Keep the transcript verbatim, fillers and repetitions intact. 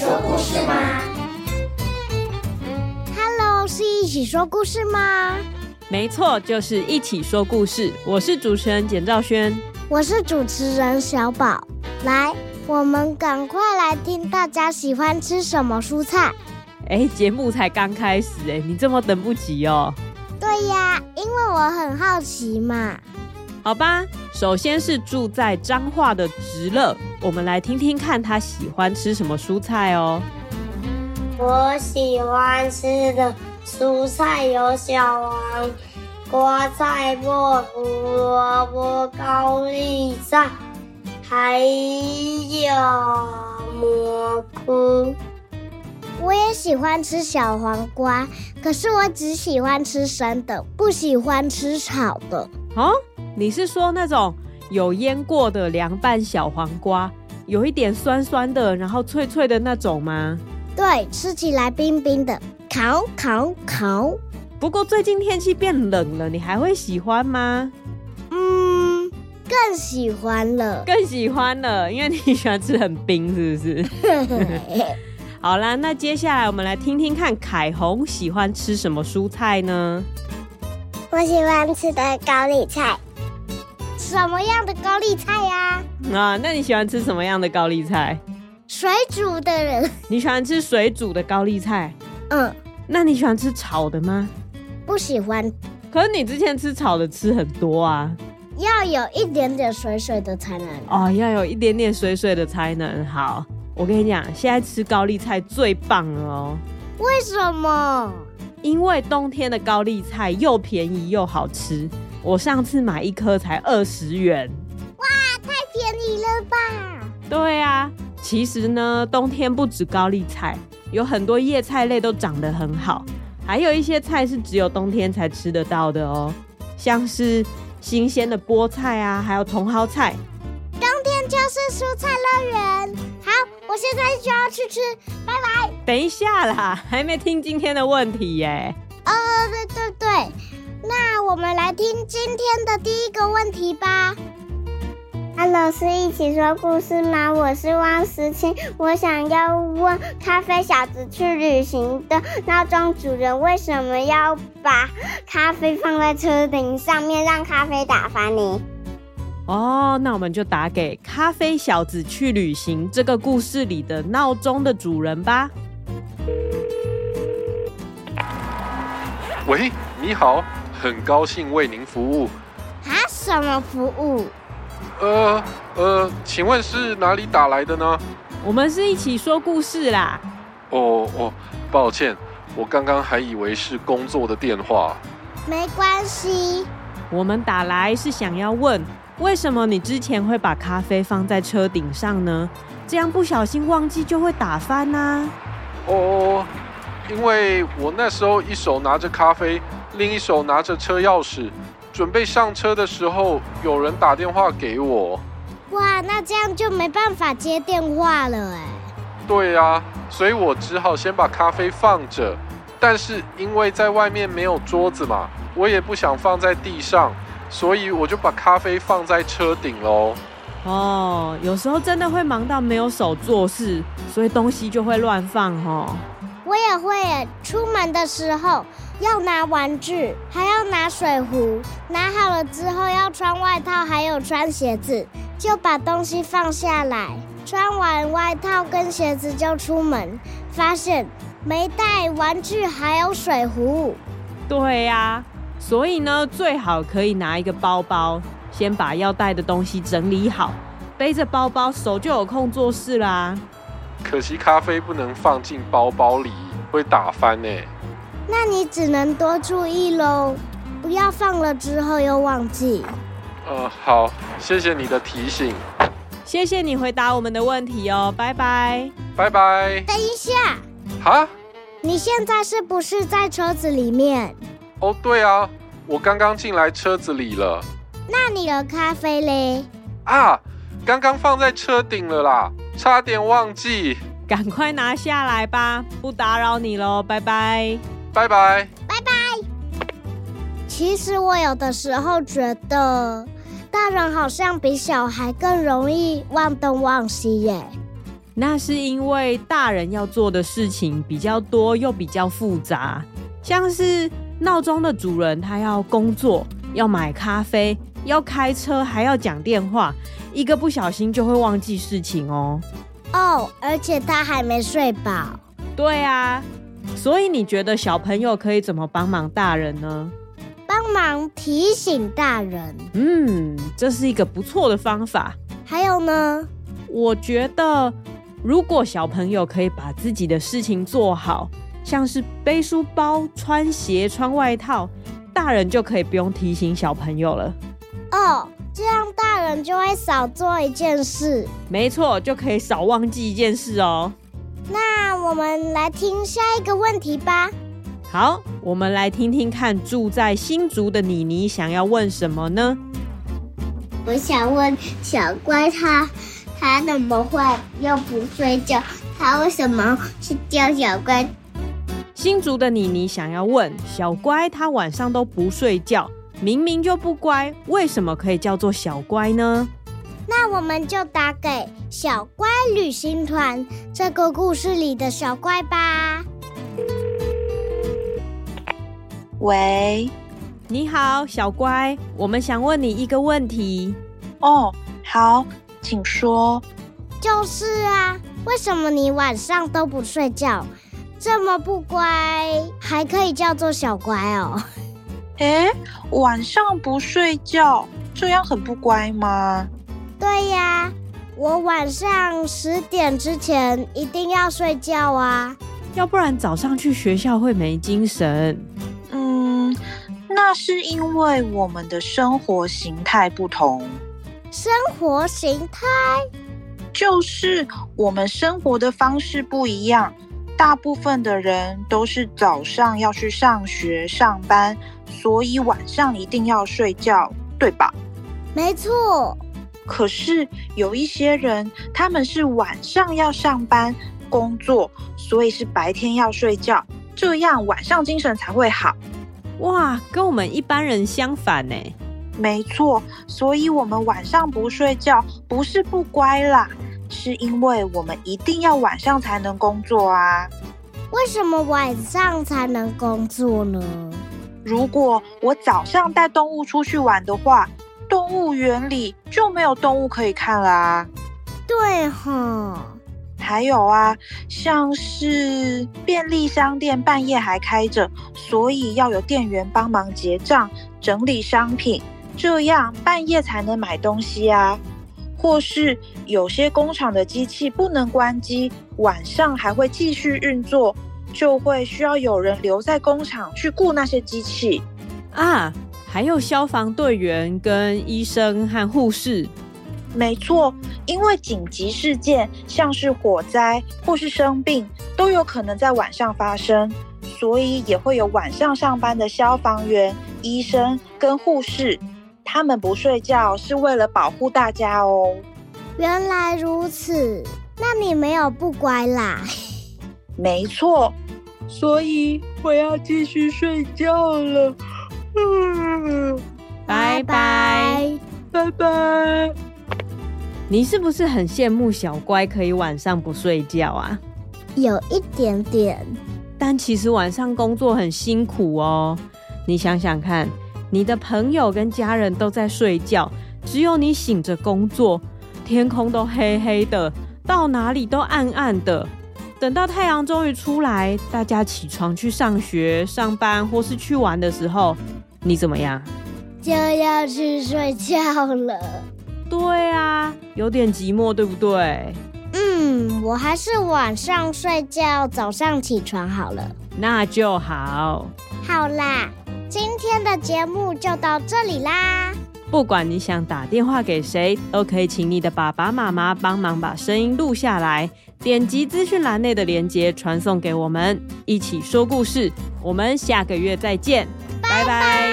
说故事吗 Hello， 是一起说故事吗？ 没错，就是一起说故事。我是主持人简兆轩， 我是主持人小宝。来，我们赶快来听大家喜欢吃什么蔬菜。 哎，节目才刚开始，哎，你这么等不及哦？ 对呀，因为我很好奇嘛。 好吧，首先是住在彰化的直乐，我们来听听看他喜欢吃什么蔬菜哦。 我喜欢吃的蔬菜有小黄瓜、菜脯、胡萝卜、高丽菜，还有蘑菇。 我也喜欢吃小黄瓜，可是我只喜欢吃生的，不喜欢吃炒的。 哦，你是说那种有腌过的凉拌小黄瓜，有一点酸酸的，然后脆脆的那种吗？ 对，吃起来冰冰的，烤烤烤。 不过最近天气变冷了，你还会喜欢吗？ 嗯，更喜欢了。 更喜欢了，因为你喜欢吃很冰，是不是？好啦，那接下来我们来听听看凯红喜欢吃什么蔬菜呢？ 我喜欢吃的高丽菜。 什么样的高丽菜呀？ 啊，那你喜欢吃什么样的高丽菜？ 水煮的人。 你喜欢吃水煮的高丽菜？ 嗯。 那你喜欢吃炒的吗？ 不喜欢。 可是你之前吃炒的吃很多啊。 要有一点点水水的才能。 哦，要有一点点水水的才能。好，我跟你讲，现在吃高丽菜最棒了哦。 为什么？ 因为冬天的高丽菜又便宜又好吃。我上次买一颗才二十元。 哇，太便宜了吧？ 对啊，其实呢，冬天不止高丽菜，有很多叶菜类都长得很好，还有一些菜是只有冬天才吃得到的哦，像是新鲜的菠菜啊，还有茼蒿菜。 冬天就是蔬菜乐园。好，我现在就要去吃，拜拜。 等一下啦，还没听今天的问题耶。 哦，对对对，那我们来听今天的第一个问题吧。 Hello， 是一起说故事吗？我是汪思清，我想要问咖啡小子去旅行的闹钟主人为什么要把咖啡放在车顶上面，让咖啡打翻呢？ 哦，那我们就打给咖啡小子去旅行这个故事里的闹钟的主人吧。 喂，你好，很高兴为您服务。 啊，什么服务？ 呃呃，请问是哪里打来的呢？ 我们是一起说故事啦。 哦哦，抱歉，我刚刚还以为是工作的电话。 没关系， 我们打来是想要问，为什么你之前会把咖啡放在车顶上呢？这样不小心忘记就会打翻啊。 哦，因为我那时候一手拿着咖啡，另一手拿着车钥匙，准备上车的时候，有人打电话给我。 哇，那这样就没办法接电话了哎。 对啊，所以我只好先把咖啡放着。但是因为在外面没有桌子嘛，我也不想放在地上，所以我就把咖啡放在车顶咯。 哦，有时候真的会忙到没有手做事，所以东西就会乱放哦。 我也会耶，出门的时候要拿玩具，还要拿水壶，拿好了之后要穿外套，还有穿鞋子，就把东西放下来，穿完外套跟鞋子就出门，发现没带玩具还有水壶。 对呀、啊，所以呢，最好可以拿一个包包，先把要带的东西整理好，背着包包手就有空做事啦。 可惜咖啡不能放进包包里，会打翻呢。 那你只能多注意咯，不要放了之后又忘记。 呃，好，谢谢你的提醒。 谢谢你回答我们的问题哦，拜拜。 拜拜。 等一下， 哈？ 你现在是不是在车子里面？ 哦，对啊，我刚刚进来车子里了。 那你的咖啡嘞？ 啊，刚刚放在车顶了啦，差点忘记。 赶快拿下来吧，不打扰你咯，拜拜。 拜拜。 拜拜。其实我有的时候觉得，大人好像比小孩更容易忘东忘西耶。 那是因为大人要做的事情比较多又比较复杂，像是闹钟的主人他要工作，要买咖啡，要开车，还要讲电话，一个不小心就会忘记事情哦。 哦，而且他还没睡饱。 对啊，所以你觉得小朋友可以怎么帮忙大人呢？ 帮忙提醒大人。 嗯，这是一个不错的方法。 还有呢？ 我觉得如果小朋友可以把自己的事情做好，像是背书包、穿鞋、穿外套，大人就可以不用提醒小朋友了。 哦，这样大人就会少做一件事。 没错，就可以少忘记一件事哦。 那我们来听下一个问题吧。 好，我们来听听看住在新竹的妮妮想要问什么呢？ 我想问小乖他他怎么会又不睡觉？他为什么是叫小乖？ 新竹的妮妮想要问小乖他晚上都不睡觉，明明就不乖，为什么可以叫做小乖呢？ 那我们就打给小乖旅行团这个故事里的小乖吧。 喂， 你好，小乖，我们想问你一个问题。 哦，好，请说。 就是啊，为什么你晚上都不睡觉，这么不乖，还可以叫做小乖哦？ 诶，晚上不睡觉，这样很不乖吗？ 对呀，我晚上十点之前一定要睡觉啊， 要不然早上去学校会没精神。 嗯，那是因为我们的生活形态不同。 生活形态？ 就是我们生活的方式不一样，大部分的人都是早上要去上学上班，所以晚上一定要睡觉，对吧？ 没错。 可是有一些人，他们是晚上要上班工作，所以是白天要睡觉，这样晚上精神才会好。 哇，跟我们一般人相反呢。 没错，所以我们晚上不睡觉不是不乖啦，是因为我们一定要晚上才能工作啊。 为什么晚上才能工作呢？ 如果我早上带动物出去玩的话，动物园里就没有动物可以看啦。 对齁。 还有啊，像是便利商店半夜还开着，所以要有店员帮忙结账、整理商品，这样半夜才能买东西啊。或是有些工厂的机器不能关机，晚上还会继续运作，就会需要有人留在工厂去顾那些机器啊。还有消防队员跟医生和护士。 没错，因为紧急事件像是火灾或是生病都有可能在晚上发生，所以也会有晚上上班的消防员、医生跟护士，他们不睡觉是为了保护大家哦。 原来如此，那你没有不乖啦。 没错，所以我要继续睡觉了。嗯， 拜拜拜拜。 你是不是很羡慕小乖可以晚上不睡觉啊？ 有一点点。 但其实晚上工作很辛苦哦。你想想看，你的朋友跟家人都在睡觉，只有你醒着工作，天空都黑黑的，到哪里都暗暗的。等到太阳终于出来，大家起床去上学、上班或是去玩的时候，你怎么样？ 就要去睡觉了。 对啊，有点寂寞，对不对？ 嗯，我还是晚上睡觉，早上起床好了。 那就好。 好啦，今天的节目就到这里啦。 不管你想打电话给谁，都可以请你的爸爸妈妈帮忙把声音录下来，点击资讯栏内的连结传送给我们，一起说故事。我们下个月再见，拜拜。